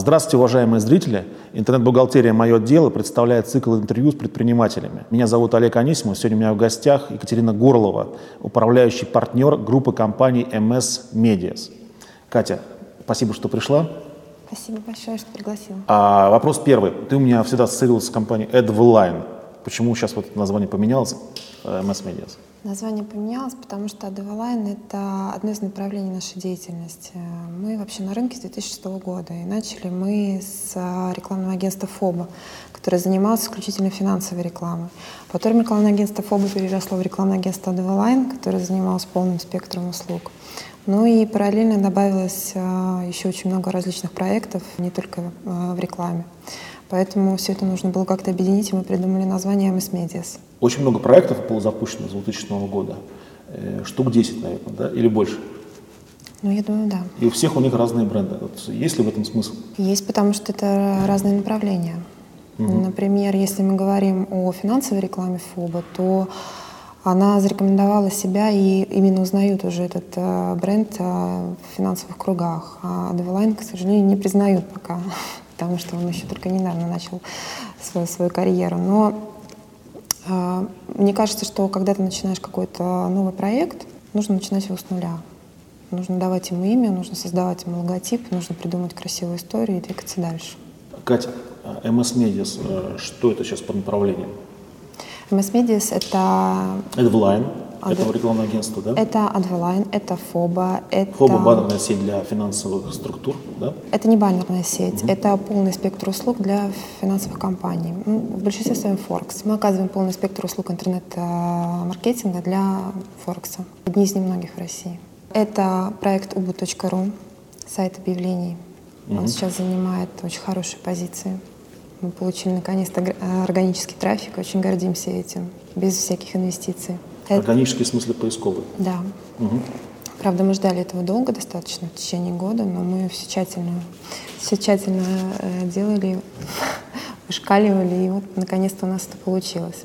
Здравствуйте, уважаемые зрители. Интернет-бухгалтерия «Мое дело» представляет цикл интервью с предпринимателями. Меня зовут Олег Анисимов. Сегодня у меня в гостях Екатерина Горлова, управляющий партнер группы компаний MS Medias. Катя, спасибо, что пришла. Спасибо большое, что пригласил. Вопрос первый. Ты у меня всегда ассоциировался с компанией AdVline. Почему сейчас вот это название поменялось, MS Medias? Название поменялось, потому что AdVline — это одно из направлений нашей деятельности. Мы вообще на рынке с 2006 года, и начали мы с рекламного агентства FOBA, которое занималось исключительно финансовой рекламой. Потом рекламное агентство FOBA переросло в рекламное агентство AdVline, которое занималось полным спектром услуг. Ну и параллельно добавилось еще очень много различных проектов, не только в рекламе. Поэтому все это нужно было как-то объединить, и мы придумали название MS Medias. Очень много проектов было запущено с 2000 года. Штук 10, наверное, да? Или больше? Ну, я думаю, да. И у всех у них разные бренды. Вот есть ли в этом смысл? Есть, потому что это разные направления. Например, если мы говорим о финансовой рекламе FOBA, то она зарекомендовала себя, и именно узнают уже этот бренд в финансовых кругах. А AdVline, к сожалению, не признают пока, потому что он еще только недавно начал свою карьеру. Но мне кажется, что когда ты начинаешь какой-то новый проект, нужно начинать его с нуля. Нужно давать ему имя, нужно создавать ему логотип, нужно придумать красивую историю и двигаться дальше. Катя, MS Medias, что это сейчас по направлениям? MS Medias — это AdVline, это рекламное агентство, да? Это AdVline, это FOBA. FOBA — баннерная сеть для финансовых структур, да? Это не баннерная сеть, это полный спектр услуг для финансовых компаний. В большинстве своем Форекс. Мы оказываем полный спектр услуг интернет-маркетинга для Форекса. Одни из немногих в России. Это проект ubu.ru, сайт объявлений. Он сейчас занимает очень хорошие позиции. Мы получили наконец-то органический трафик, очень гордимся этим, без всяких инвестиций. Органический в смысле поисковый? Да. Правда, мы ждали этого долго достаточно, в течение года, но мы все тщательно делали, вышкаливали, и вот наконец-то у нас это получилось.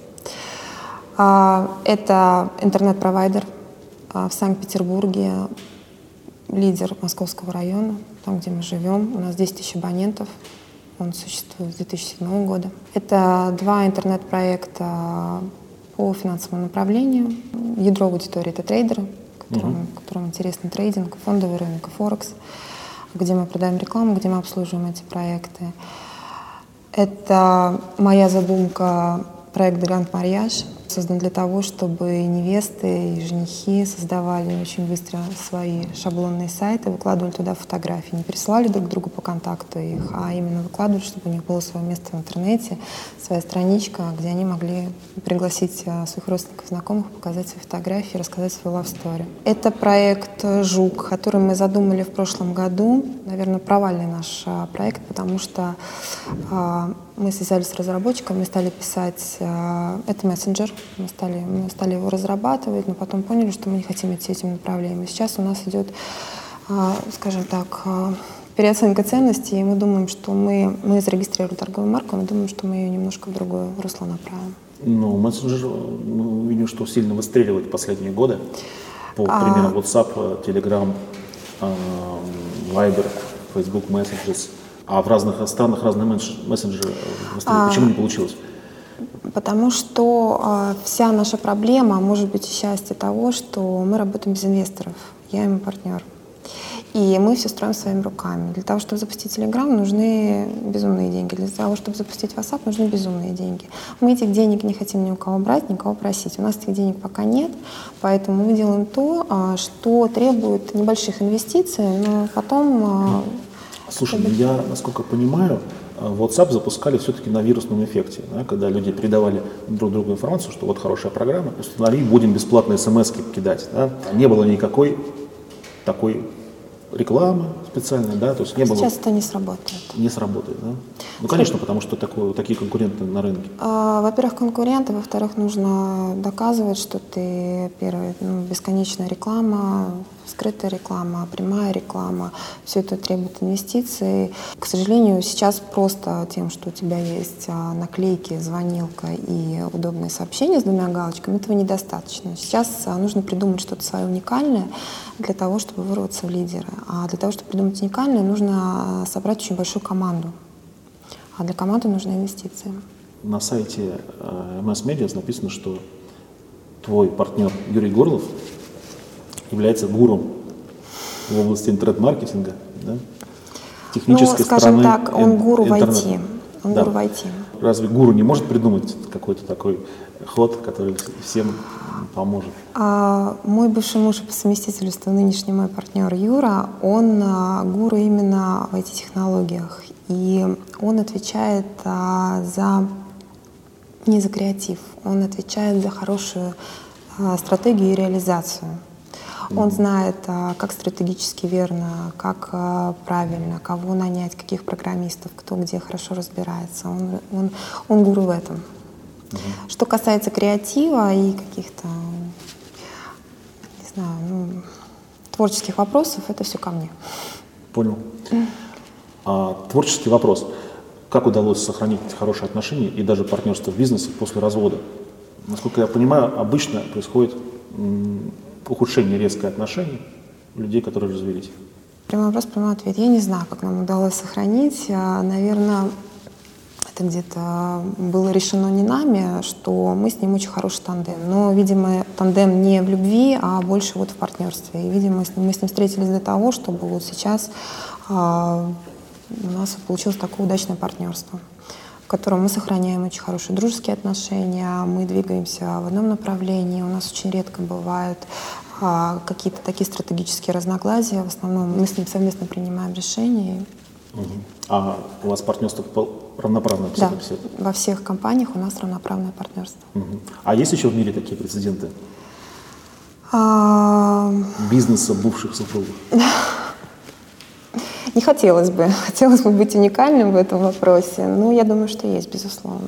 Это интернет-провайдер в Санкт-Петербурге, лидер Московского района, там, где мы живем. У нас 10 тысяч абонентов. Он существует с 2007 года. Это 2 интернет-проекта по финансовому направлению. Ядро аудитории — это трейдеры, которым интересен трейдинг, фондовый рынок, Форекс, где мы продаем рекламу, где мы обслуживаем эти проекты. Это моя задумка, проект «Гранд Марьяж», создан для того, чтобы невесты и женихи создавали очень быстро свои шаблонные сайты, выкладывали туда фотографии, не пересылали друг другу по контакту их, а именно выкладывали, чтобы у них было свое место в интернете, своя страничка, где они могли пригласить своих родственников, знакомых, показать свои фотографии, рассказать свою love story. Это проект «Жук», который мы задумали в прошлом году. Наверное, провальный наш проект, потому что мы связались с разработчиком, мы стали писать, это мессенджер, мы стали его разрабатывать, но потом поняли, что мы не хотим идти этим направлением. И сейчас у нас идет, скажем так, переоценка ценностей, и мы думаем, что мы зарегистрировали торговую марку, мы думаем, что мы ее немножко в другое русло направим. Ну, мессенджер, мы видим, что сильно выстреливает в последние годы. По примеру, WhatsApp, Telegram, Viber, Facebook Messages. А в разных странах разные мессенджеры. Почему не получилось? Потому что вся наша проблема, может быть, и счастье того, что мы работаем без инвесторов. Я и мой партнер. И мы все строим своими руками. Для того, чтобы запустить Telegram, нужны безумные деньги. Для того, чтобы запустить WhatsApp, нужны безумные деньги. Мы этих денег не хотим ни у кого брать, никого просить. У нас этих денег пока нет, поэтому мы делаем то, что требует небольших инвестиций, но потом... Слушай, я, насколько понимаю, WhatsApp запускали все-таки на вирусном эффекте, да, когда люди передавали друг другу информацию, что вот хорошая программа, установи, будем бесплатно смс-ки кидать. Да. Не было никакой такой рекламы специальной, да, то есть не было... Сейчас это не сработает. Не сработает, да? Ну, конечно, потому что такие конкуренты на рынке. Во-первых, конкуренты, во-вторых, нужно доказывать, что ты, первый, бесконечная реклама, скрытая реклама, прямая реклама, все это требует инвестиций. К сожалению, сейчас просто тем, что у тебя есть наклейки, звонилка и удобные сообщения с 2 галочками, этого недостаточно. Сейчас нужно придумать что-то свое уникальное для того, чтобы вырваться в лидеры. А для того, чтобы придумать уникальное, нужно собрать очень большую команду. А для команды нужны инвестиции. На сайте MS Media написано, что твой партнер Юрий Горлов является гуру в области интернет-маркетинга, да? Технической скажем стороны так, он гуру в интернета. IT. Он Да. гуру в IT. Разве гуру не может придумать какой-то такой ход, который всем поможет? Мой бывший муж по совместительству, нынешний мой партнер Юра, он гуру именно в IT-технологиях. И он отвечает не за креатив, он отвечает за хорошую стратегию и реализацию. Он знает, как стратегически верно, как правильно, кого нанять, каких программистов, кто где хорошо разбирается. Он гуру в этом. Что касается креатива и каких-то, не знаю, творческих вопросов, это все ко мне. Понял. Творческий вопрос. Как удалось сохранить хорошие отношения и даже партнерство в бизнесе после развода? Насколько я понимаю, обычно происходит ухудшение резкое отношений у людей, которые развелись. Прямой вопрос, прямой ответ. Я не знаю, как нам удалось сохранить. Наверное, это где-то было решено не нами, что мы с ним очень хороший тандем. Но, видимо, тандем не в любви, а больше вот в партнерстве. И, видимо, мы с ним встретились для того, чтобы вот сейчас у нас получилось такое удачное партнерство, в котором мы сохраняем очень хорошие дружеские отношения, мы двигаемся в одном направлении, у нас очень редко бывают какие-то такие стратегические разногласия, в основном мы с ним совместно принимаем решения. А у вас партнерство равноправное? Да, во всех компаниях у нас равноправное партнерство. А есть еще в мире такие прецеденты? Бизнеса бывших супругов? Не хотелось бы. Хотелось бы быть уникальным в этом вопросе. Но я думаю, что есть, безусловно.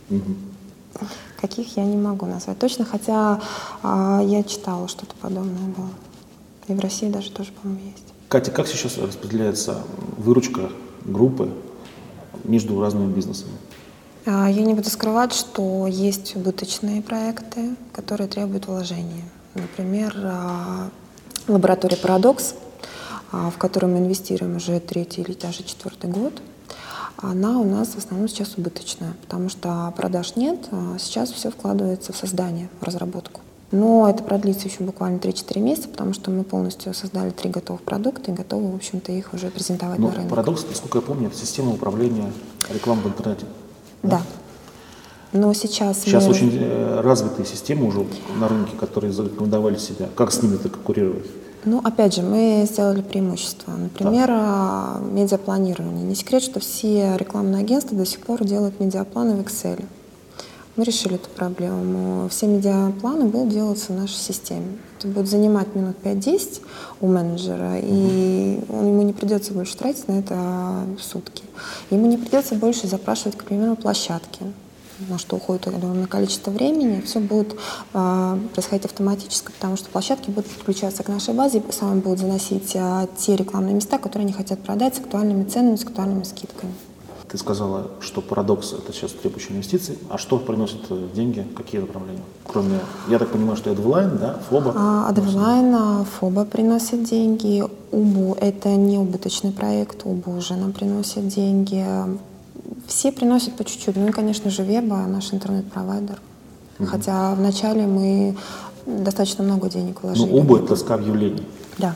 Каких я не могу назвать точно, хотя я читала, что-то подобное было. И в России даже тоже, по-моему, есть. Катя, как сейчас распределяется выручка группы между разными бизнесами? Я не буду скрывать, что есть убыточные проекты, которые требуют вложения. Например, лаборатория «Парадокс», в которую мы инвестируем уже 3-й или даже 4-й год, она у нас в основном сейчас убыточная, потому что продаж нет, сейчас все вкладывается в создание, в разработку. Но это продлится еще буквально 3-4 месяца, потому что мы полностью создали 3 готовых продукта и готовы, в общем-то, их уже презентовать на рынок. «Парадокс», насколько я помню, это система управления рекламой в интернете. Да. Но сейчас очень развитые системы уже на рынке, которые зарекомендовали себя. Как с ними-то конкурировать? Опять же, мы сделали преимущество. Например, медиапланирование. Не секрет, что все рекламные агентства до сих пор делают медиапланы в Excel. Мы решили эту проблему. Все медиапланы будут делаться в нашей системе. Это будет занимать минут 5-10 у менеджера, и ему не придется больше тратить на это сутки. Ему не придется больше запрашивать, к примеру, площадки, на что уходит огромное количество времени. Все будет происходить автоматически, потому что площадки будут подключаться к нашей базе и сами будут заносить те рекламные места, которые они хотят продать с актуальными ценами, с актуальными скидками. Ты сказала, что «Парадокс» — это сейчас требующие инвестиций. А что приносит деньги? Какие направления? Кроме, я так понимаю, что AdVline, да, FOBA? AdVline, FOBA приносит деньги. УБУ — это не убыточный проект, УБУ уже нам приносит деньги. Все приносят по чуть-чуть. Ну и, конечно же, Веба, наш интернет-провайдер. Хотя вначале мы достаточно много денег вложили. УБУ — это доска объявлений. Да.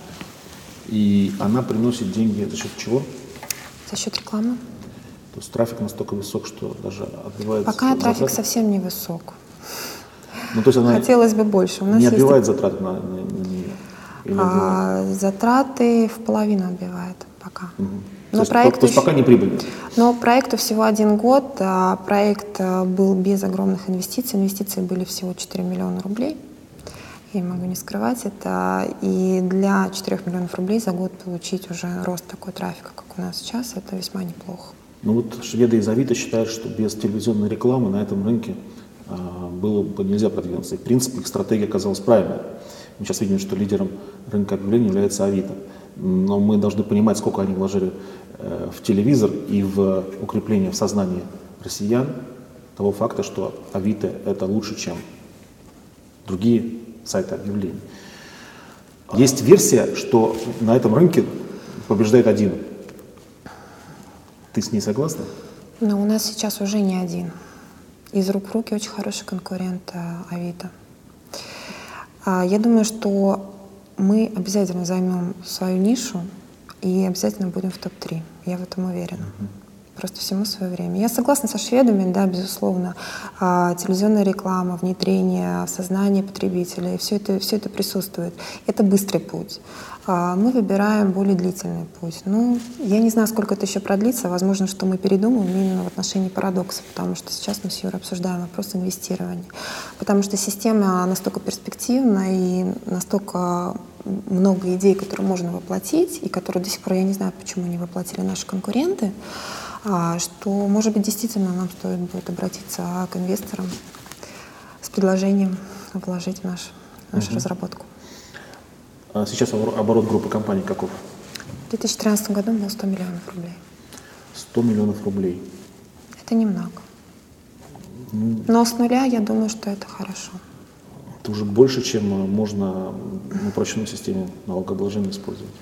И она приносит деньги за счет чего? За счет рекламы. То есть трафик настолько высок, что даже отбивается. Пока трафик совсем не высок. То есть она хотелось бы больше. У нас не отбивает затраты на нее? Затраты в половину отбивает пока. То есть пока не прибыльно? Но проекту всего 1 год. Проект был без огромных инвестиций. Инвестиции были всего 4 миллиона рублей. Я не могу не скрывать это. И для 4 миллионов рублей за год получить уже рост такой трафика, как у нас сейчас, это весьма неплохо. Шведы из Авито считают, что без телевизионной рекламы на этом рынке было бы нельзя продвинуться. И, в принципе, их стратегия оказалась правильной. Мы сейчас видим, что лидером рынка объявлений является Авито. Но мы должны понимать, сколько они вложили в телевизор и в укрепление в сознании россиян того факта, что Авито — это лучше, чем другие сайты объявлений. Есть версия, что на этом рынке побеждает один. Ты с ней согласна? Но у нас сейчас уже не один. Из рук в руки очень хороший конкурент Авито. Я думаю, что мы обязательно займем свою нишу и обязательно будем в топ-3. Я в этом уверена. Просто всему свое время. Я согласна со шведами, да, безусловно. Телевизионная реклама, внедрение в сознание потребителей, все это присутствует. Это быстрый путь. Мы выбираем более длительный путь. Ну, я не знаю, сколько это еще продлится. Возможно, что мы передумаем именно в отношении парадокса, потому что сейчас мы с Юрой обсуждаем вопрос инвестирования. Потому что система настолько перспективна и настолько много идей, которые можно воплотить, и которые до сих пор, я не знаю, почему не воплотили наши конкуренты, что, может быть, действительно нам стоит будет обратиться к инвесторам с предложением вложить в нашу разработку. Сейчас оборот группы компаний каков? В 2013 году был 100 миллионов рублей. 100 миллионов рублей. Это немного. Но с нуля я думаю, что это хорошо. Это уже больше, чем можно в упрощенной системе налогообложения использовать.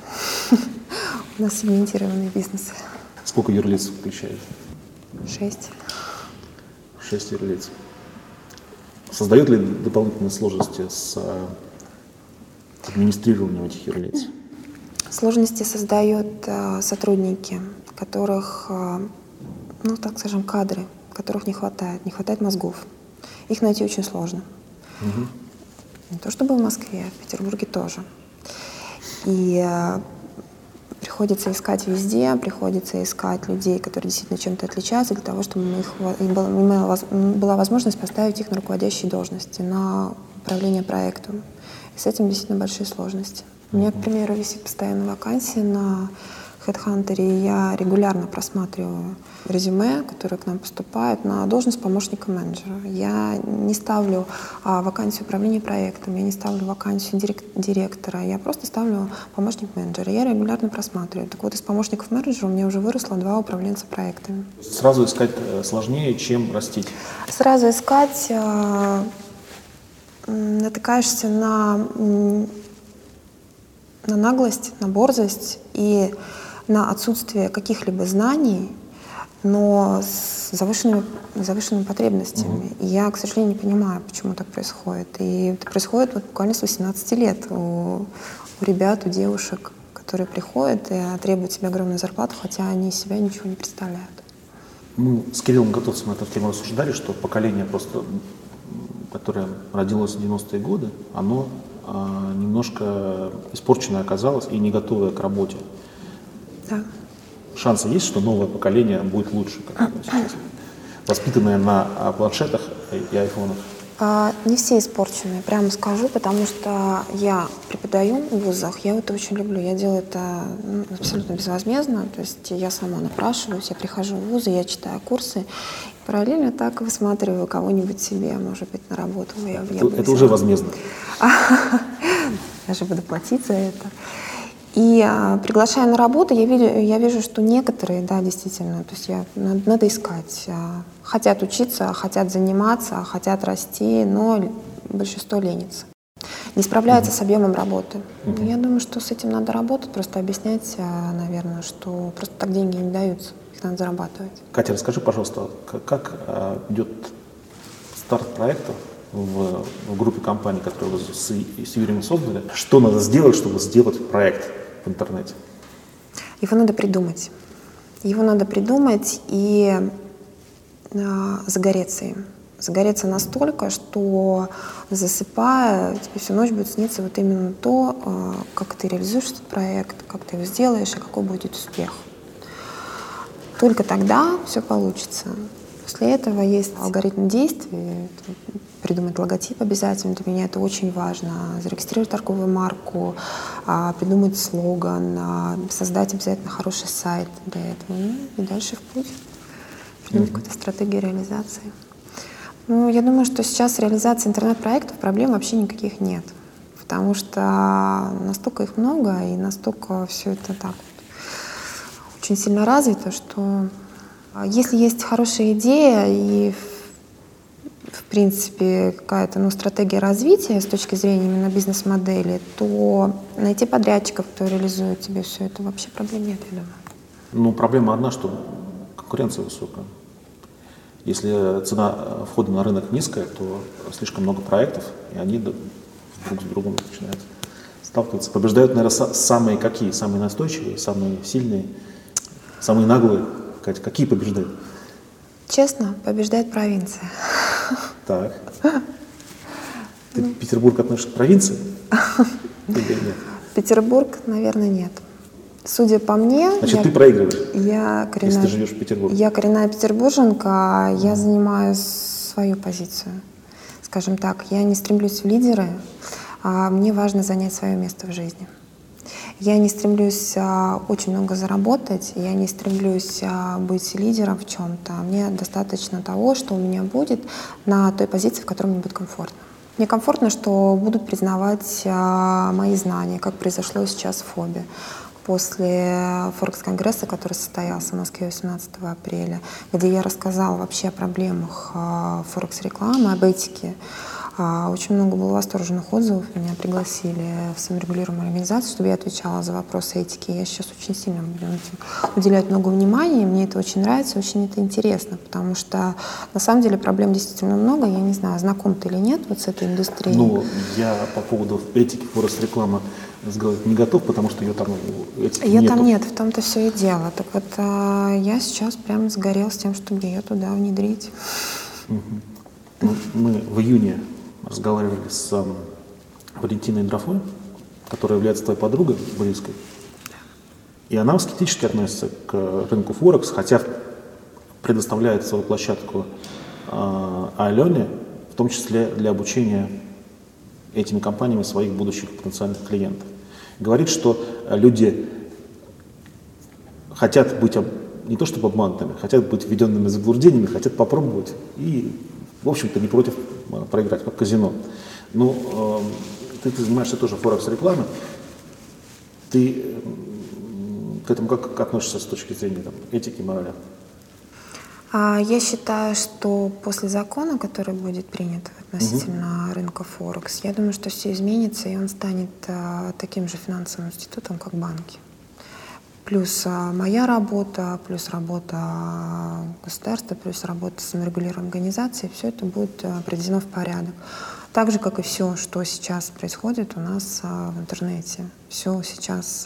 У нас сегментированный бизнес. Сколько юрлиц включает? 6. 6 юрлиц. Создает ли дополнительные сложности с администрированием этих юрлиц? Сложности создают сотрудники, которых, ну так скажем, кадры, которых не хватает мозгов. Их найти очень сложно. Не то чтобы в Москве, в Петербурге тоже. И приходится искать везде, приходится искать людей, которые действительно чем-то отличаются, для того, чтобы была возможность поставить их на руководящие должности, на управление проектом. И с этим действительно большие сложности. У меня, к примеру, висит постоянно вакансия на HeadHunter, и я регулярно просматриваю резюме, которые к нам поступают, на должность помощника менеджера. Я не ставлю вакансию управления проектом, я не ставлю вакансию директора, я просто ставлю помощник менеджера. Я регулярно просматриваю. Так вот, из помощников менеджера у меня уже выросло 2 управленца проектами. Сразу искать сложнее, чем растить? Сразу искать натыкаешься на наглость, на борзость и на отсутствие каких-либо знаний, но с завышенными потребностями. И я, к сожалению, не понимаю, почему так происходит. И это происходит вот буквально с 18 лет у ребят, у девушек, которые приходят и требуют себе огромную зарплату, хотя они из себя ничего не представляют. Мы с Кириллом Готовцем на эту тему рассуждали, что поколение просто, которое родилось в 90-е годы, оно немножко испорченное оказалось и не готовое к работе. Да. Шансы есть, что новое поколение будет лучше, как оно сейчас, воспитанное на планшетах и айфонах? Не все испорченные, прямо скажу, потому что я преподаю в вузах, я это очень люблю, я делаю это абсолютно безвозмездно, то есть я сама напрашиваюсь, я прихожу в вузы, я читаю курсы, параллельно так высматриваю кого-нибудь себе, может быть, на работу. Это уже возмездно. Я же буду платить за это. И приглашая на работу, я вижу, что некоторые, да, действительно, то есть надо искать, хотят учиться, хотят заниматься, хотят расти, но большинство ленится. Не справляются с объемом работы. Я думаю, что с этим надо работать, просто объяснять, наверное, что просто так деньги не даются, их надо зарабатывать. Катя, расскажи, пожалуйста, как идет старт проекта в группе компаний, которые вы с Юрием создали? Что надо сделать, чтобы сделать проект в интернете? Его надо придумать. Его надо придумать и загореться им. Загореться настолько, что, засыпая, тебе всю ночь будет сниться вот именно то, как ты реализуешь этот проект, как ты его сделаешь и какой будет успех. Только тогда все получится. После этого есть алгоритм действий. Придумать логотип обязательно, для меня это очень важно. Зарегистрировать торговую марку, придумать слоган, создать обязательно хороший сайт для этого. И дальше в путь. Придумать какую-то стратегию реализации. Ну, я думаю, что сейчас с реализацией интернет-проектов проблем вообще никаких нет. Потому что настолько их много и настолько все это так вот очень сильно развито, что если есть хорошая идея и в принципе, какая-то стратегия развития с точки зрения именно бизнес-модели, то найти подрядчиков, кто реализует тебе все это, вообще проблем нет, я думаю. Проблема одна, что конкуренция высокая. Если цена входа на рынок низкая, то слишком много проектов, и они друг с другом начинают сталкиваться. Побеждают, наверное, самые какие? Самые настойчивые, самые сильные, самые наглые. Катя, какие побеждают? Честно, побеждает провинция. Так. Ты Петербург относишься к провинции? Или нет? Петербург, наверное, нет. Судя по мне... Значит, ты проигрываешь, если ты живешь в Петербурге. Я коренная петербурженка, я занимаю свою позицию. Скажем так, я не стремлюсь в лидеры, а мне важно занять свое место в жизни. Я не стремлюсь очень много заработать, я не стремлюсь быть лидером в чем-то. Мне достаточно того, что у меня будет на той позиции, в которой мне будет комфортно. Мне комфортно, что будут признавать мои знания, как произошло сейчас в ФОБе. После Форекс-конгресса, который состоялся в Москве 18 апреля, где я рассказала вообще о проблемах Форекс-рекламы, об этике. Очень много было восторженных отзывов. Меня пригласили в саморегулируемую организацию, чтобы я отвечала за вопросы этики. Я сейчас очень сильно уделяю много внимания, и мне это очень нравится, очень это интересно, потому что на самом деле проблем действительно много. Я не знаю, знаком ты или нет вот с этой индустрией. Я по поводу этики Форекс-рекламы сказать не готов, потому что ее там ее там нет, в том-то все и дело. Так вот, я сейчас прям сгорел с тем, чтобы ее туда внедрить. Мы в июне разговаривали с Валентиной Дрофой, которая является твоей подругой близкой. И она скептически относится к рынку Форекс, хотя предоставляет свою площадку Алене, в том числе для обучения этими компаниями своих будущих потенциальных клиентов. Говорит, что люди хотят быть не то чтобы обманутыми, хотят быть введенными в заблуждениями, хотят попробовать и, в общем-то, не против проиграть, как казино. Ты занимаешься тоже Форекс-рекламой. Ты к этому как относишься с точки зрения этики, морали? Я считаю, что после закона, который будет принят относительно рынка Форекс, я думаю, что все изменится, и он станет таким же финансовым институтом, как банки. Плюс моя работа, плюс работа государства, плюс работа саморегулируемой организации, все это будет приведено в порядок. Так же, как и все, что сейчас происходит у нас в интернете. Все сейчас,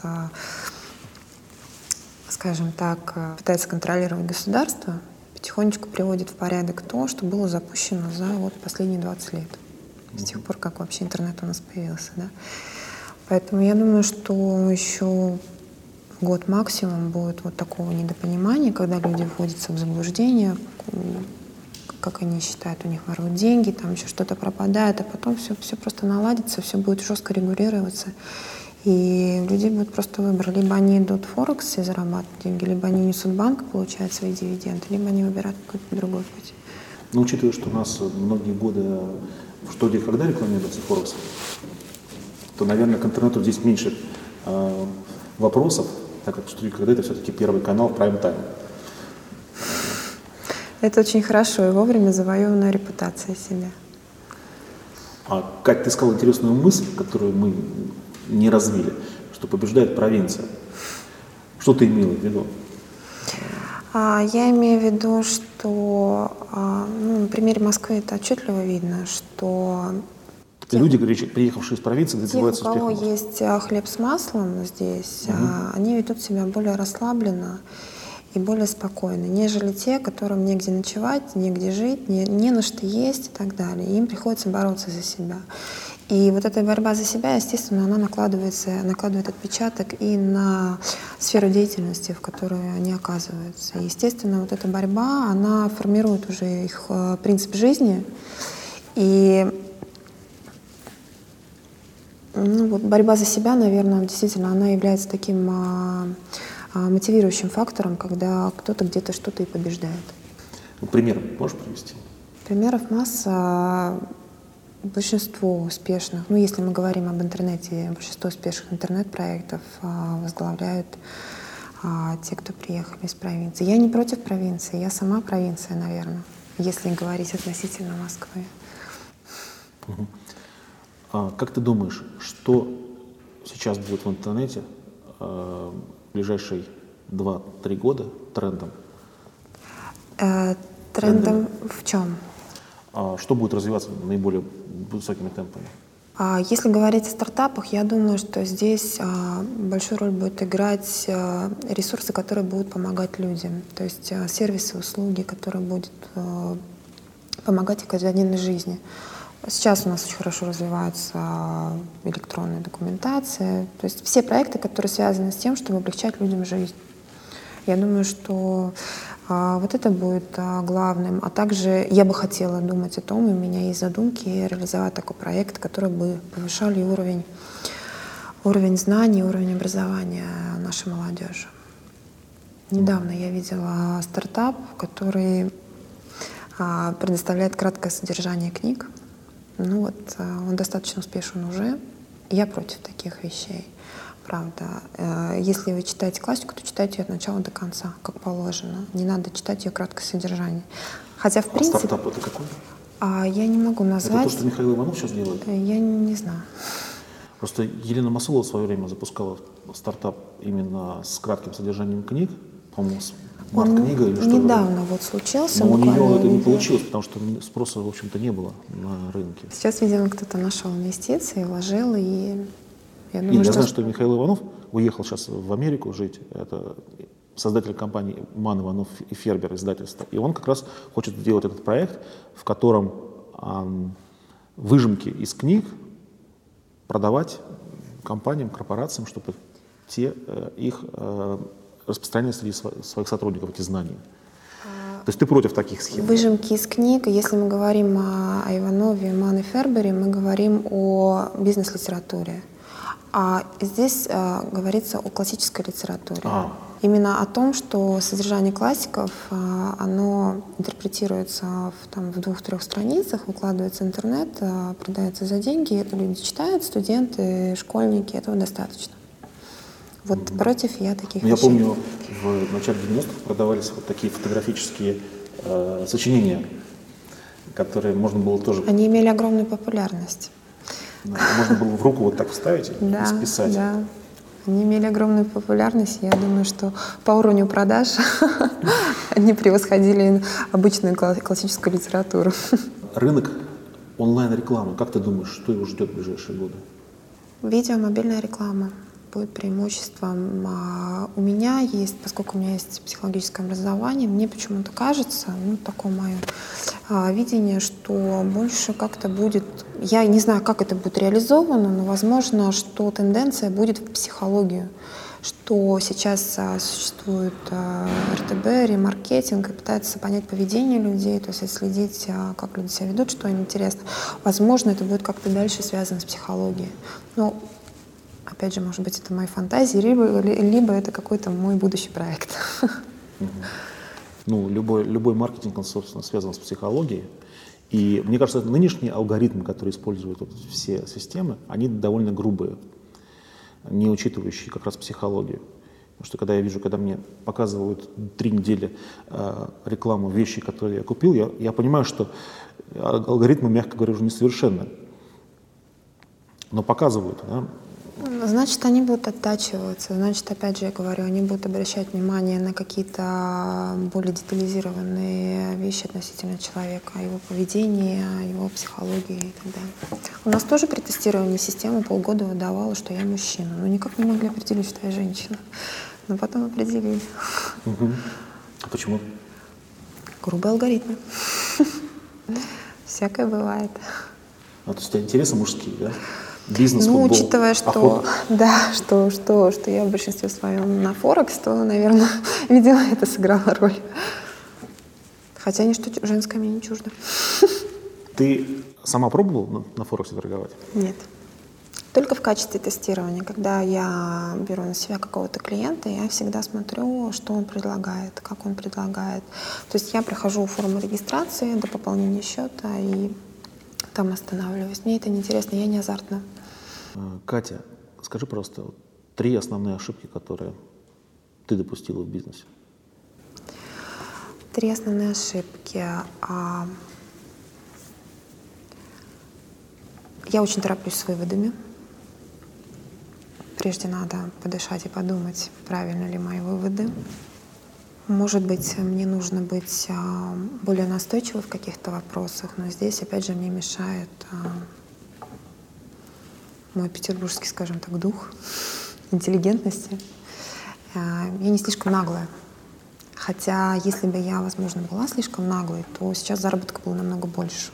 скажем так, пытается контролировать государство, потихонечку приводит в порядок то, что было запущено за последние 20 лет, с тех пор, как вообще интернет у нас появился. Да? Поэтому я думаю, что еще год максимум будет такого недопонимания, когда люди вводятся в заблуждение, как они считают, у них воруют деньги, там еще что-то пропадает, а потом все просто наладится, все будет жестко регулироваться. И у людей будет просто выбор. Либо они идут в Форекс и зарабатывают деньги, либо они несут банк, получают свои дивиденды, либо они выбирают какой-то другой путь. Учитывая, что у нас многие годы что где когда рекламируется Форекс, то, наверное, к интернету здесь меньше вопросов, так как что когда это все-таки первый канал в прайм-тайм. Это очень хорошо и вовремя завоеванная репутация себя. Кать, ты сказала интересную мысль, которую мы не развили, что побеждает провинция. Что ты имела в виду? Я имею в виду, что на примере Москвы это отчетливо видно, что люди, приехавшие из провинции, добиваются успеха. У кого есть хлеб с маслом здесь, они ведут себя более расслабленно и более спокойно, нежели те, которым негде ночевать, негде жить, не на что есть и так далее. Им приходится бороться за себя. И вот эта борьба за себя, естественно, она накладывает отпечаток и на сферу деятельности, в которой они оказываются. И, естественно, вот эта борьба, она формирует уже их принцип жизни. И борьба за себя, наверное, действительно, она является таким мотивирующим фактором, когда кто-то где-то что-то и побеждает. Пример можешь привести? Примеров масса. Большинство успешных, если мы говорим об интернете, большинство успешных интернет-проектов возглавляют те, кто приехали из провинции. Я не против провинции, я сама провинция, наверное. если говорить относительно Москвы. Как ты думаешь, что сейчас будет в интернете в ближайшие 2-3 года трендом? Трендом в чем? Что будет развиваться наиболее высокими темпами? Если говорить о стартапах, я думаю, что здесь большую роль будут играть ресурсы, которые будут помогать людям. То есть сервисы, услуги, которые будут помогать их в каждодневной жизни. Сейчас у нас очень хорошо развивается электронная документация. То есть все проекты, которые связаны с тем, чтобы облегчать людям жизнь. Я думаю, что вот это будет главным. А также я бы хотела думать о том, и у меня есть задумки реализовать такой проект, который бы повышал уровень знаний, уровень образования нашей молодежи. Недавно я видела стартап, который предоставляет краткое содержание книг. Он достаточно успешен уже. Я против таких вещей. Правда. Если вы читаете классику, то читайте ее от начала до конца, как положено. Не надо читать ее краткое содержание. Хотя, в принципе... Стартап это какой? Я не могу назвать. Это то, что Михаил Иванов сейчас делает? Я не знаю. Просто Елена Масулова в свое время запускала стартап именно с кратким содержанием книг, по-моему, смарт-книга или что-то. Недавно случился. Но у нее это не получилось, потому что спроса, в общем-то, не было на рынке. Сейчас, видимо, кто-то нашел инвестиции, вложил, и я думаю, я знаю, что Михаил Иванов уехал сейчас в Америку жить. Это создатель компании «Ман, Иванов и Фербер» издательства. И он как раз хочет сделать этот проект, в котором выжимки из книг продавать компаниям, корпорациям, чтобы те их распространяли среди своих сотрудников, эти знания. То есть ты против таких схем? Выжимки из книг. Если мы говорим о Иванове, Ман и Фербере, мы говорим о бизнес-литературе. А здесь говорится о классической литературе. Именно о том, что содержание классиков, оно интерпретируется в 2-3 страницах, выкладывается в интернет, продается за деньги, это люди читают, студенты, школьники, этого достаточно. Против я таких вещей. Я помню, в начале 90-х продавались вот такие фотографические сочинения, которые можно было тоже... Они имели огромную популярность. Можно было в руку вот так вставить и списать. Да. Они имели огромную популярность. Я думаю, что по уровню продаж они превосходили обычную классическую литературу. Рынок онлайн-рекламы, как ты думаешь, что его ждет в ближайшие годы? Видео, мобильная реклама будет преимуществом. У меня есть, поскольку у меня есть психологическое образование, мне почему-то кажется, такое мое видение, что больше как-то будет, я не знаю, как это будет реализовано, но возможно, что тенденция будет в психологию, что сейчас существует РТБ, ремаркетинг, и пытаются понять поведение людей, то есть следить, как люди себя ведут, что им интересно. Возможно, это будет как-то дальше связано с психологией. Но опять же, может быть, это мои фантазии, либо это какой-то мой будущий проект. Любой маркетинг, он, собственно, связан с психологией. И мне кажется, нынешние алгоритмы, которые используют все системы, они довольно грубые, не учитывающие как раз психологию. Потому что когда я вижу, когда мне показывают 3 недели рекламу вещи, которые я купил, я понимаю, что алгоритмы, мягко говоря, уже несовершенны. Но показывают, да? Значит, они будут оттачиваться. Значит, опять же, я говорю, они будут обращать внимание на какие-то более детализированные вещи относительно человека, его поведения, его психологии и так далее. У нас тоже при тестировании системы полгода выдавало, что я мужчина. Но никак не могли определить, что я женщина. Но потом определили. А почему? Грубые алгоритмы. Всякое бывает. То есть у тебя интересы мужские, да? Бизнес, футбол, учитывая, что, что я в большинстве своем на Форекс, то, наверное, видимо, это сыграло роль. Хотя ничто женское мне не чуждо. Ты сама пробовала на Форексе торговать? Нет. Только в качестве тестирования. Когда я беру на себя какого-то клиента, я всегда смотрю, что он предлагает, как он предлагает. То есть я прохожу форму регистрации до пополнения счета и там останавливаюсь. Мне это неинтересно, я не азартна. Катя, скажи, пожалуйста, 3 основные ошибки, которые ты допустила в бизнесе. Три основные ошибки. Я очень тороплюсь с выводами. Прежде надо подышать и подумать, правильно ли мои выводы. Может быть, мне нужно быть более настойчивой в каких-то вопросах, но здесь, опять же, мне мешает мой петербургский, скажем так, дух интеллигентности. Я не слишком наглая. Хотя, если бы я, возможно, была слишком наглой, то сейчас заработка было намного больше.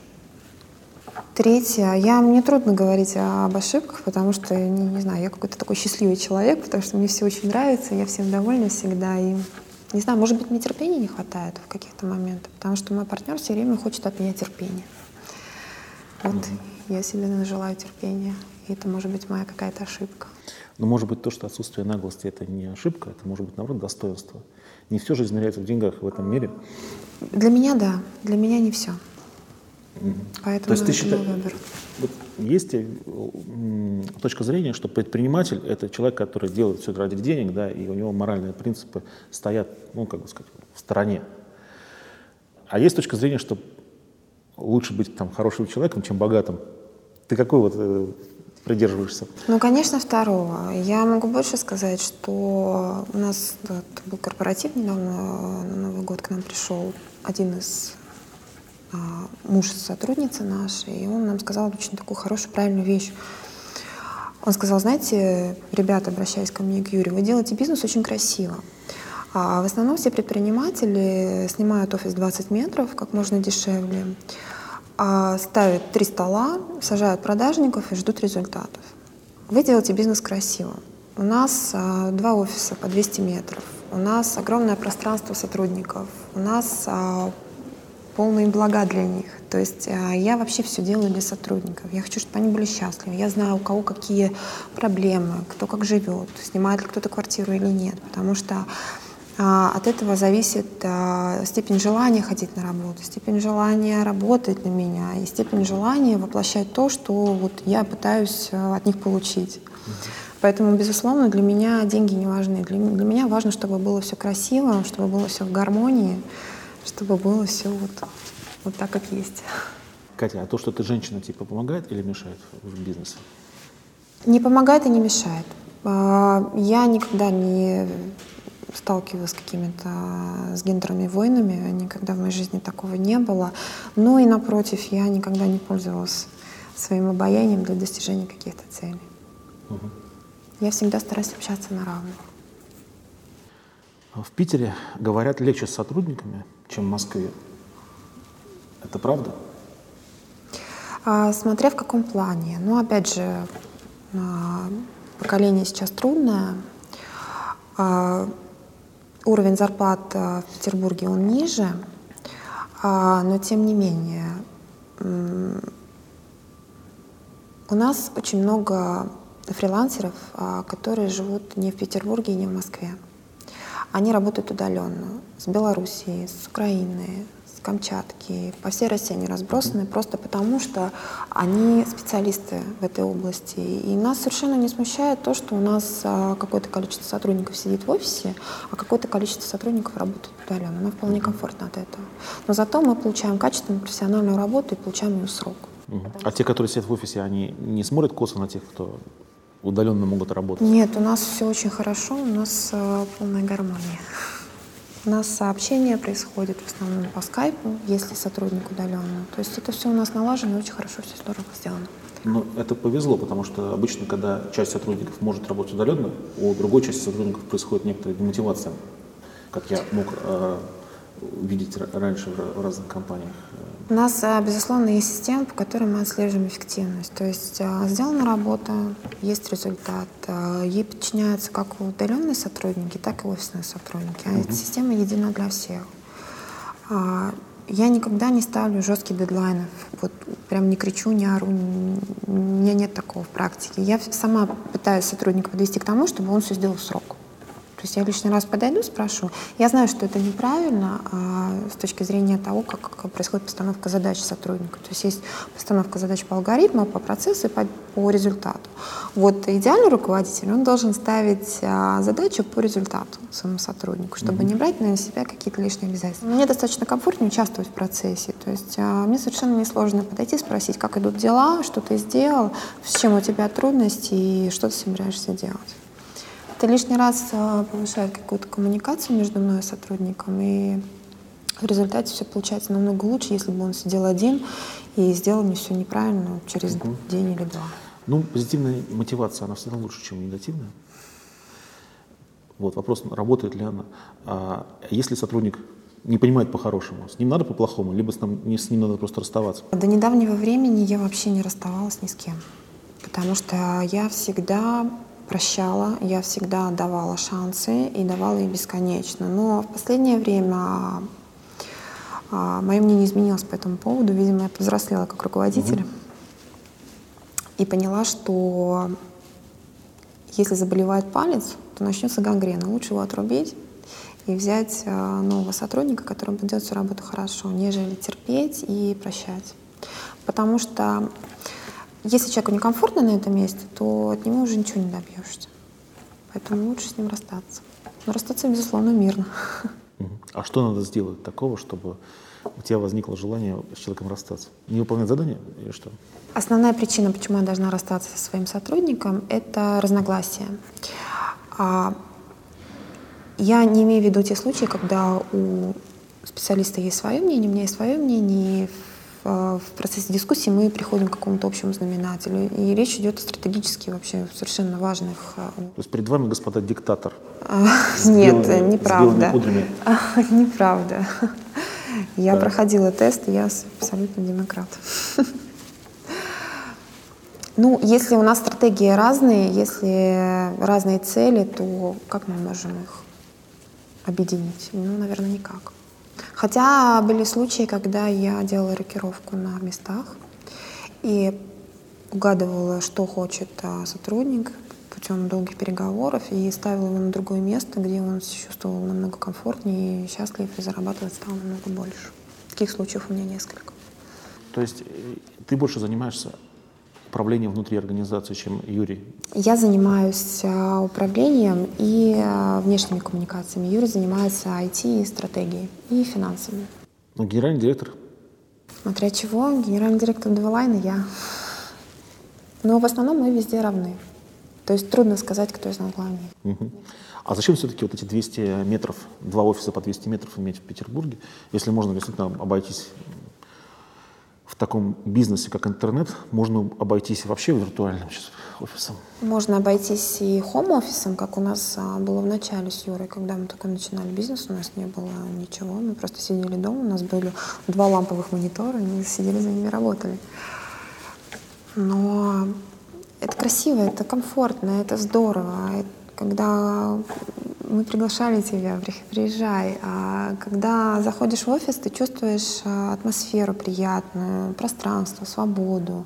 Третье. Мне трудно говорить об ошибках, потому что, не знаю, я какой-то такой счастливый человек, потому что мне все очень нравится, я всем довольна всегда. И, не знаю, может быть, мне терпения не хватает в каких-то моментах, потому что мой партнер все время хочет от меня терпения. Вот я себе желаю терпения, и это может быть моя какая-то ошибка. Но может быть то, что отсутствие наглости — это не ошибка, это может быть, наоборот, достоинство. Не все же измеряется в деньгах в этом мире. Для меня — да, для меня не все. Поэтому то есть ты считаешь, выбор. вот есть точка зрения, что предприниматель — это человек, который делает все ради денег, да, и у него моральные принципы стоят, как бы сказать, в стороне. А есть точка зрения, что лучше быть хорошим человеком, чем богатым. Ты какой придерживаешься? Конечно, второго. Я могу больше сказать, что у нас был корпоратив недавно, на Новый год к нам пришел один из муж сотрудницы нашей, и он нам сказал очень такую хорошую, правильную вещь. Он сказал: знаете, ребята, обращаясь ко мне и к Юрию, вы делаете бизнес очень красиво. В основном все предприниматели снимают офис 20 метров как можно дешевле, ставят 3 стола, сажают продажников и ждут результатов. Вы делаете бизнес красиво. У нас 2 офиса по 200 метров, у нас огромное пространство сотрудников, у нас полные блага для них. То есть я вообще все делаю для сотрудников. Я хочу, чтобы они были счастливы. Я знаю, у кого какие проблемы, кто как живет, снимает ли кто-то квартиру или нет. Потому что от этого зависит степень желания ходить на работу, степень желания работать на меня и степень желания воплощать то, что я пытаюсь от них получить. Поэтому, безусловно, для меня деньги не важны. Для меня важно, чтобы было все красиво, чтобы было все в гармонии, чтобы было все вот так, как есть. Катя, а то, что ты женщина, помогает или мешает в бизнесе? Не помогает и не мешает. Я никогда не сталкивалась с гендерными войнами, никогда в моей жизни такого не было. Но и напротив, я никогда не пользовалась своим обаянием для достижения каких-то целей. Я всегда стараюсь общаться на равных. В Питере говорят легче с сотрудниками, чем в Москве. Это правда? Смотря в каком плане. Опять же, поколение сейчас трудное. Уровень зарплат в Петербурге он ниже, но тем не менее у нас очень много фрилансеров, которые живут не в Петербурге и не в Москве. Они работают удаленно с Белоруссии, с Украины, с Камчатки. По всей России они разбросаны просто потому, что они специалисты в этой области. И нас совершенно не смущает то, что у нас какое-то количество сотрудников сидит в офисе, а какое-то количество сотрудников работает удаленно. Нам вполне комфортно от этого. Но зато мы получаем качественную профессиональную работу и получаем ее срок. А те, которые сидят в офисе, они не смотрят косо на тех, кто удаленно могут работать? Нет, у нас все очень хорошо, у нас полная гармония. У нас сообщения происходят в основном по скайпу, если сотрудник удаленно. То есть это все у нас налажено, очень хорошо, все здорово сделано. Это повезло, потому что обычно, когда часть сотрудников может работать удаленно, у другой части сотрудников происходит некоторая демотивация, как я мог видеть раньше в разных компаниях. У нас, безусловно, есть система, по которой мы отслеживаем эффективность. То есть сделана работа, есть результат. Ей подчиняются как удаленные сотрудники, так и офисные сотрудники. Эта система едина для всех. Я никогда не ставлю жестких дедлайнов. Прям не кричу, не ору. У меня нет такого в практике. Я сама пытаюсь сотрудника подвести к тому, чтобы он все сделал в срок. То есть я лишний раз подойду, спрошу. Я знаю, что это неправильно с точки зрения того, как происходит постановка задач сотрудника. То есть постановка задач по алгоритму, по процессу и по результату. Вот идеальный руководитель, он должен ставить задачу по результату своему сотруднику, чтобы не брать на себя какие-то лишние обязательства. Мне достаточно комфортно участвовать в процессе. То есть мне совершенно несложно подойти, спросить, как идут дела, что ты сделал, с чем у тебя трудности и что ты собираешься делать. Это лишний раз повышает какую-то коммуникацию между мной и сотрудником, и в результате все получается намного лучше, если бы он сидел один и сделал мне все неправильно через день или два. Ну, позитивная мотивация, она всегда лучше, чем негативная. Вот вопрос, работает ли она. Если сотрудник не понимает по-хорошему, с ним надо по-плохому, либо с ним надо просто расставаться? До недавнего времени я вообще не расставалась ни с кем, потому что я всегда прощала, я всегда давала шансы и давала их бесконечно. Но в последнее время мое мнение изменилось по этому поводу. Видимо, я повзрослела как руководитель и поняла, что если заболевает палец, то начнется гангрена. Лучше его отрубить и взять нового сотрудника, который будет делать всю работу хорошо, нежели терпеть и прощать. Потому что если человеку некомфортно на этом месте, то от него уже ничего не добьешься. Поэтому лучше с ним расстаться. Но расстаться, безусловно, мирно. А что надо сделать такого, чтобы у тебя возникло желание с человеком расстаться? Не выполнять задание или что? Основная причина, почему я должна расстаться со своим сотрудником, это разногласия. Я не имею в виду те случаи, когда у специалиста есть свое мнение, у меня есть свое мнение, и в процессе дискуссии мы приходим к какому-то общему знаменателю. И речь идет о стратегически вообще совершенно важных... То есть перед вами, господа, диктатор? Нет, неправда. С белыми пудрами? Неправда. Я проходила тест, и я абсолютно демократ. Ну, если у нас стратегии разные, если разные цели, то как мы можем их объединить? Ну, наверное, никак. Хотя были случаи, когда я делала рокировку на местах и угадывала, что хочет сотрудник путем долгих переговоров, и ставила его на другое место, где он себя чувствовал намного комфортнее и счастлив, и зарабатывать стал намного больше. Таких случаев у меня несколько. То есть ты больше занимаешься управлением внутри организации, чем Юрий? Я занимаюсь управлением и внешними коммуникациями. Юрий занимается IT и стратегией, и финансами. Ну, генеральный директор? Смотря чего, генеральный директор Девелайна я. Но в основном мы везде равны. То есть трудно сказать, кто из нас главнее. А зачем все-таки вот эти 200 метров, 2 офиса по 200 метров иметь в Петербурге, если можно действительно обойтись в таком бизнесе, как интернет, можно обойтись вообще виртуальным офисом? Можно обойтись и хоум-офисом, как у нас было в начале с Юрой, когда мы только начинали бизнес, у нас не было ничего, мы просто сидели дома, у нас были 2 ламповых монитора, и мы сидели за ними, работали. Но это красиво, это комфортно, это здорово. Когда мы приглашали тебя, приезжай. А когда заходишь в офис, ты чувствуешь атмосферу приятную, пространство, свободу.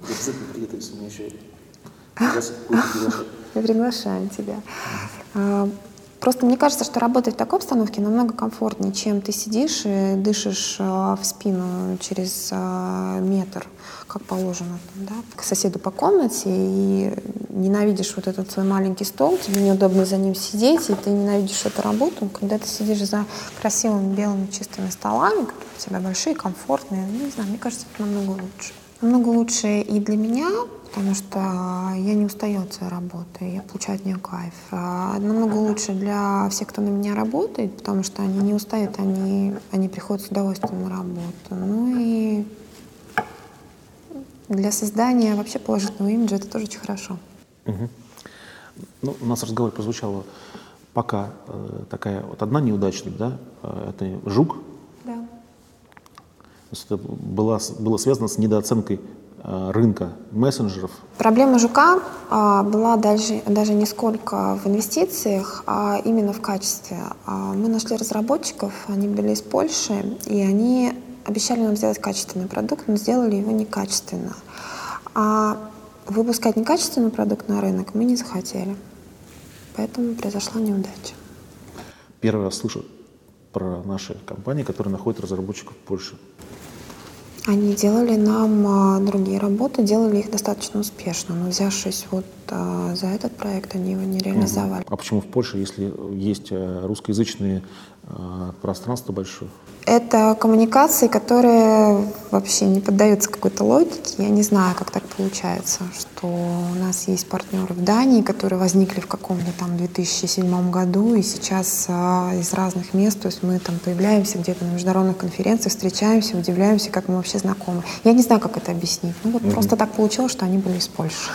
Мы приглашаем тебя. Просто мне кажется, что работать в такой обстановке намного комфортнее, чем ты сидишь и дышишь в спину через метр, как положено, да, к соседу по комнате, и ненавидишь вот этот свой маленький стол, тебе неудобно за ним сидеть, и ты ненавидишь эту работу. Когда ты сидишь за красивыми белыми чистыми столами, которые у тебя большие, комфортные, не знаю, мне кажется, это намного лучше. Намного лучше и для меня, потому что я не устаю от своей работы, я получаю от нее кайф. Намного лучше для всех, кто на меня работает, потому что они не устают, они приходят с удовольствием на работу. Ну и для создания вообще положительного имиджа это тоже очень хорошо. Ну, у нас в разговоре прозвучала пока такая вот одна неудачность, да, это «Жук». Да. То есть это было связано с недооценкой рынка мессенджеров. Проблема «Жука» была даже не сколько в инвестициях, а именно в качестве. Мы нашли разработчиков, они были из Польши, и они обещали нам сделать качественный продукт, но сделали его некачественно. А выпускать некачественный продукт на рынок мы не захотели. Поэтому произошла неудача. Первый раз слышу про наши компании, которые находят разработчиков в Польше. Они делали нам другие работы, делали их достаточно успешно, но взявшись вот за этот проект, они его не реализовали. А почему в Польше, если есть русскоязычные пространство большое? Это коммуникации, которые вообще не поддаются какой-то логике. Я не знаю, как так получается, что у нас есть партнеры в Дании, которые возникли в каком-то там 2007 году, и сейчас из разных мест, то есть мы там появляемся где-то на международных конференциях, встречаемся, удивляемся, как мы вообще знакомы. Я не знаю, как это объяснить. Ну вот просто так получилось, что они были из Польши.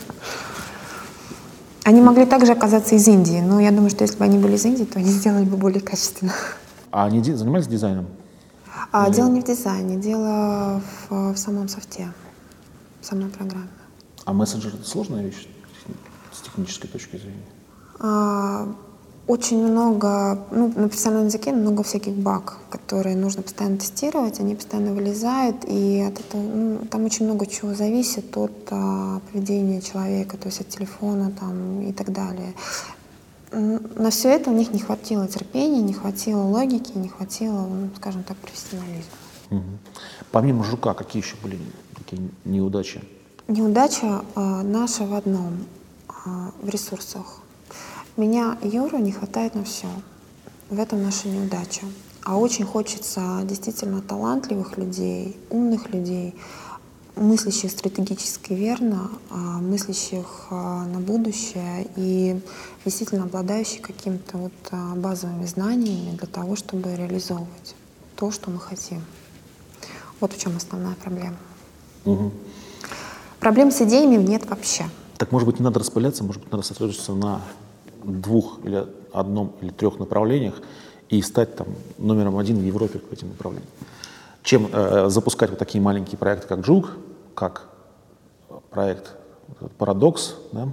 Они могли также оказаться из Индии, но я думаю, что если бы они были из Индии, то они сделали бы более качественно. А они занимались дизайном? Дело не в дизайне, дело в самом софте, в самой программе. А мессенджер — это сложная вещь с технической точки зрения? Очень много, на профессиональном языке много всяких баг, которые нужно постоянно тестировать, они постоянно вылезают, и от этого, там очень много чего зависит от поведения человека, то есть от телефона там, и так далее. На все это у них не хватило терпения, не хватило логики, не хватило, скажем так, профессионализма. Помимо Жука, какие еще были такие неудачи? Неудача наша в одном, в ресурсах. Меня, Юру, не хватает на все. В этом наша неудача. А очень хочется действительно талантливых людей, умных людей, мыслящих стратегически верно, мыслящих на будущее и действительно обладающих какими-то базовыми знаниями для того, чтобы реализовывать то, что мы хотим. Вот в чем основная проблема. Проблем с идеями нет вообще. Так, может быть, не надо распыляться, может быть, надо сосредоточиться на 2 или 1 или 3 направлениях и стать там номером 1 в Европе по этим направлениям. Чем запускать вот такие маленькие проекты, как Жук, как проект Парадокс, да?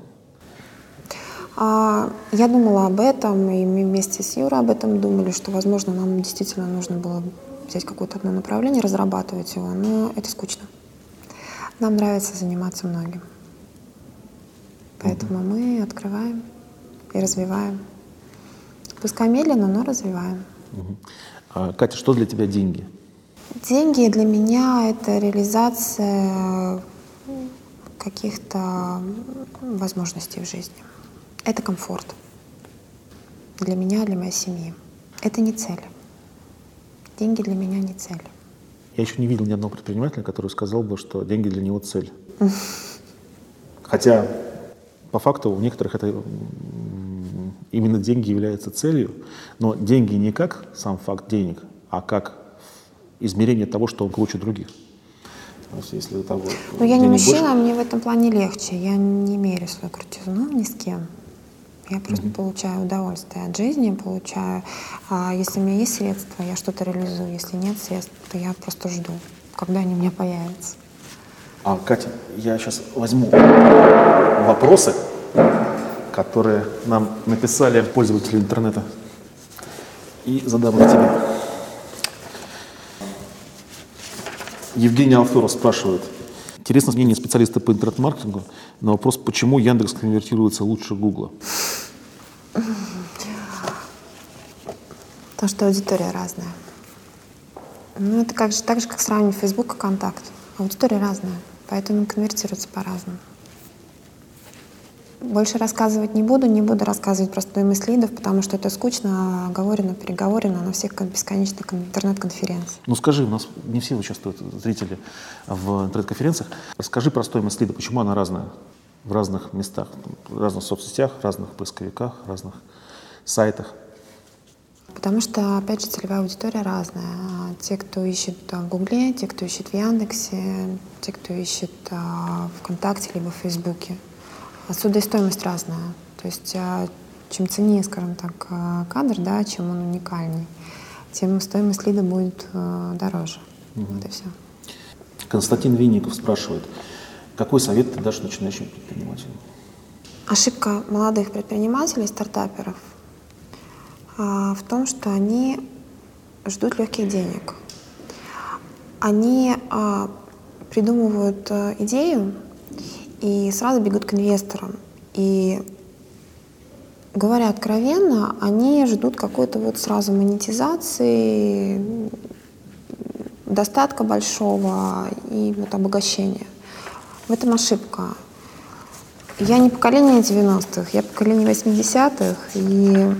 Я думала об этом, и мы вместе с Юрой об этом думали, что, возможно, нам действительно нужно было взять какое-то одно направление, разрабатывать его, но это скучно. Нам нравится заниматься многим. Поэтому мы открываем и развиваем. Пускай медленно, но развиваем. Катя, что для тебя деньги? Деньги для меня — это реализация каких-то возможностей в жизни. Это комфорт. Для меня, для моей семьи. Это не цель. Деньги для меня не цель. Я еще не видел ни одного предпринимателя, который сказал бы, что деньги для него цель. Хотя, по факту, у некоторых это именно деньги являются целью, но деньги не как сам факт денег, а как измерение того, что он круче других. Если того, я не мужчина, мне в этом плане легче. Я не меряю свою крутизну ни с кем. Я просто получаю удовольствие от жизни, если у меня есть средства, я что-то реализую. Если нет средств, то я просто жду, когда они у меня появятся. Катя, я сейчас возьму вопросы, которые нам написали пользователи интернета, и задам их тебе. Евгений Алферов спрашивает. Интересно мнение специалиста по интернет-маркетингу на вопрос, почему Яндекс конвертируется лучше Гугла. Потому что аудитория разная. Это так же, как сравнивать Facebook и ВКонтакте. Аудитория разная, поэтому конвертируется по-разному. Больше рассказывать не буду рассказывать про стоимость лидов, потому что это скучно, оговорено, переговорено на всех бесконечных интернет-конференциях. Скажи, у нас не все участвуют, зрители, в интернет-конференциях. Расскажи про стоимость лида, почему она разная в разных местах, в разных соцсетях, в разных поисковиках, в разных сайтах. Потому что, опять же, целевая аудитория разная. Те, кто ищет в Гугле, те, кто ищет в Яндексе, те, кто ищет ВКонтакте либо в Фейсбуке. Отсюда и стоимость разная. То есть чем ценнее, скажем так, кадр, да, чем он уникальней, тем стоимость лида будет дороже. Вот и все. Константин Винников спрашивает, какой совет ты дашь начинающим предпринимателям? Ошибка молодых предпринимателей, стартаперов в том, что они ждут легких денег. Они придумывают идею и сразу бегут к инвесторам. И говоря откровенно, они ждут какой-то вот сразу монетизации, достатка большого и вот обогащения. В этом ошибка. Я не поколение 90-х, я поколение 80-х, и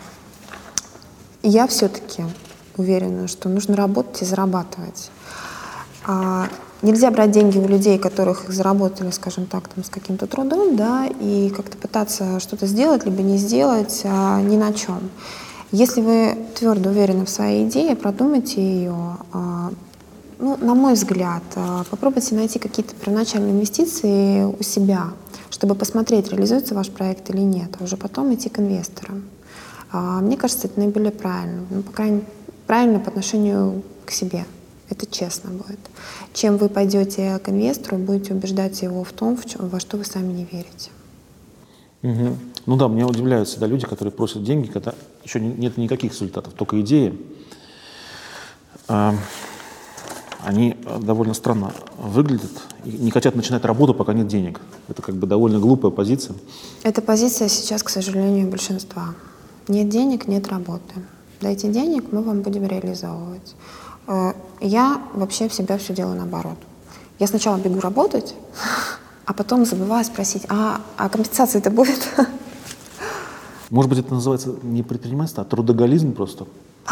я все-таки уверена, что нужно работать и зарабатывать. Нельзя брать деньги у людей, которых их заработали, скажем так, там, с каким-то трудом, да, и как-то пытаться что-то сделать, либо не сделать ни на чем. Если вы твердо уверены в своей идее, продумайте ее. Ну, на мой взгляд, попробуйте найти какие-то первоначальные инвестиции у себя, чтобы посмотреть, реализуется ваш проект или нет, а уже потом идти к инвесторам. Мне кажется, это наиболее правильно. Ну, по крайней мере, правильно по отношению к себе. Это честно будет. Чем вы пойдете к инвестору, будете убеждать его в том, во что вы сами не верите. Угу. Ну да, меня удивляют всегда люди, которые просят деньги, когда еще нет никаких результатов, только идеи. Они довольно странно выглядят и не хотят начинать работу, пока нет денег. Это как бы довольно глупая позиция. Эта позиция сейчас, к сожалению, большинства. Нет денег, нет работы. Дайте денег, мы вам будем реализовывать. Я вообще всегда все делаю наоборот. Я сначала бегу работать, а потом забываю спросить, а компенсация-то будет? Может быть, это называется не предпринимательство, а трудоголизм просто?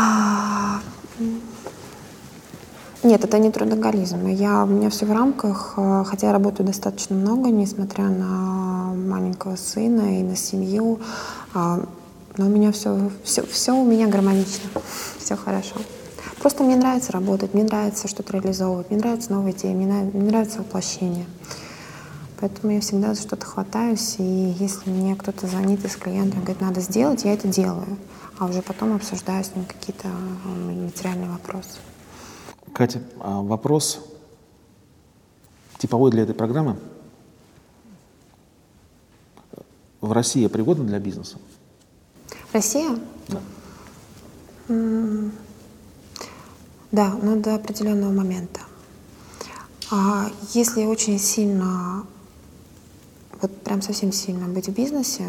Нет, это не трудоголизм. У меня все в рамках, хотя я работаю достаточно много, несмотря на маленького сына и на семью, но у меня все у меня гармонично, все хорошо. Просто мне нравится работать, мне нравится что-то реализовывать, мне нравятся новые идеи, мне нравится воплощение. Поэтому я всегда за что-то хватаюсь, и если мне кто-то звонит из клиента и говорит, надо сделать, я это делаю, а уже потом обсуждаю с ним какие-то материальные вопросы. Катя, вопрос типовой для этой программы. В России пригодна для бизнеса? Россия? Да. Да, но до определенного момента. Если очень сильно, вот прям совсем сильно быть в бизнесе,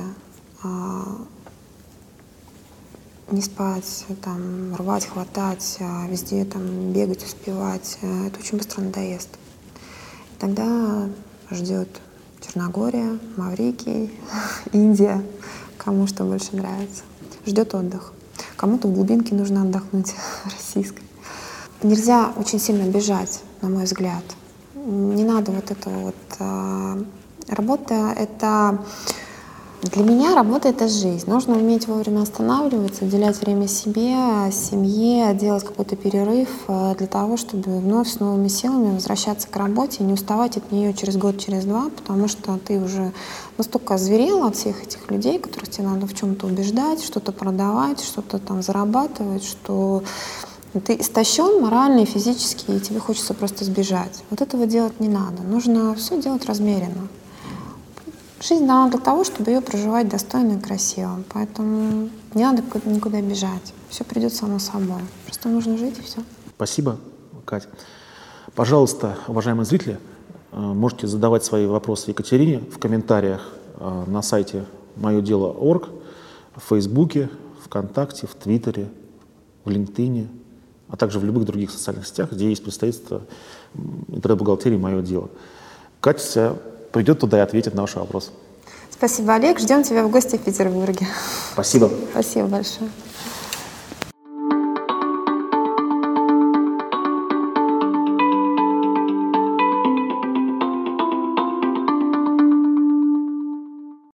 не спать, там, рвать, хватать, везде там, бегать, успевать, это очень быстро надоест. И тогда ждет Черногория, Маврикий, Индия, кому что больше нравится. Ждет отдых. Кому-то в глубинке нужно отдохнуть российской. Нельзя очень сильно бежать, на мой взгляд. Не надо вот это вот. Работа — это... Для меня работа — это жизнь. Нужно уметь вовремя останавливаться, уделять время себе, семье, делать какой-то перерыв для того, чтобы вновь с новыми силами возвращаться к работе и не уставать от нее через год, через два, потому что ты уже настолько озверел от всех этих людей, которых тебе надо в чем-то убеждать, что-то продавать, что-то там зарабатывать, что ты истощен морально и физически, и тебе хочется просто сбежать. Вот этого делать не надо. Нужно все делать размеренно. Жизнь дана для того, чтобы ее проживать достойно и красиво. Поэтому не надо никуда бежать. Все придет само собой. Просто нужно жить, и все. Спасибо, Катя. Пожалуйста, уважаемые зрители, можете задавать свои вопросы Екатерине в комментариях на сайте moyodelо.org, в Фейсбуке, ВКонтакте, в Твиттере, в LinkedIn, а также в любых других социальных сетях, где есть представительство интернет-бухгалтерии «Мое дело». Катя придет туда и ответит на ваши вопросы. Спасибо, Олег. Ждем тебя в гости в Петербурге. Спасибо. Спасибо большое.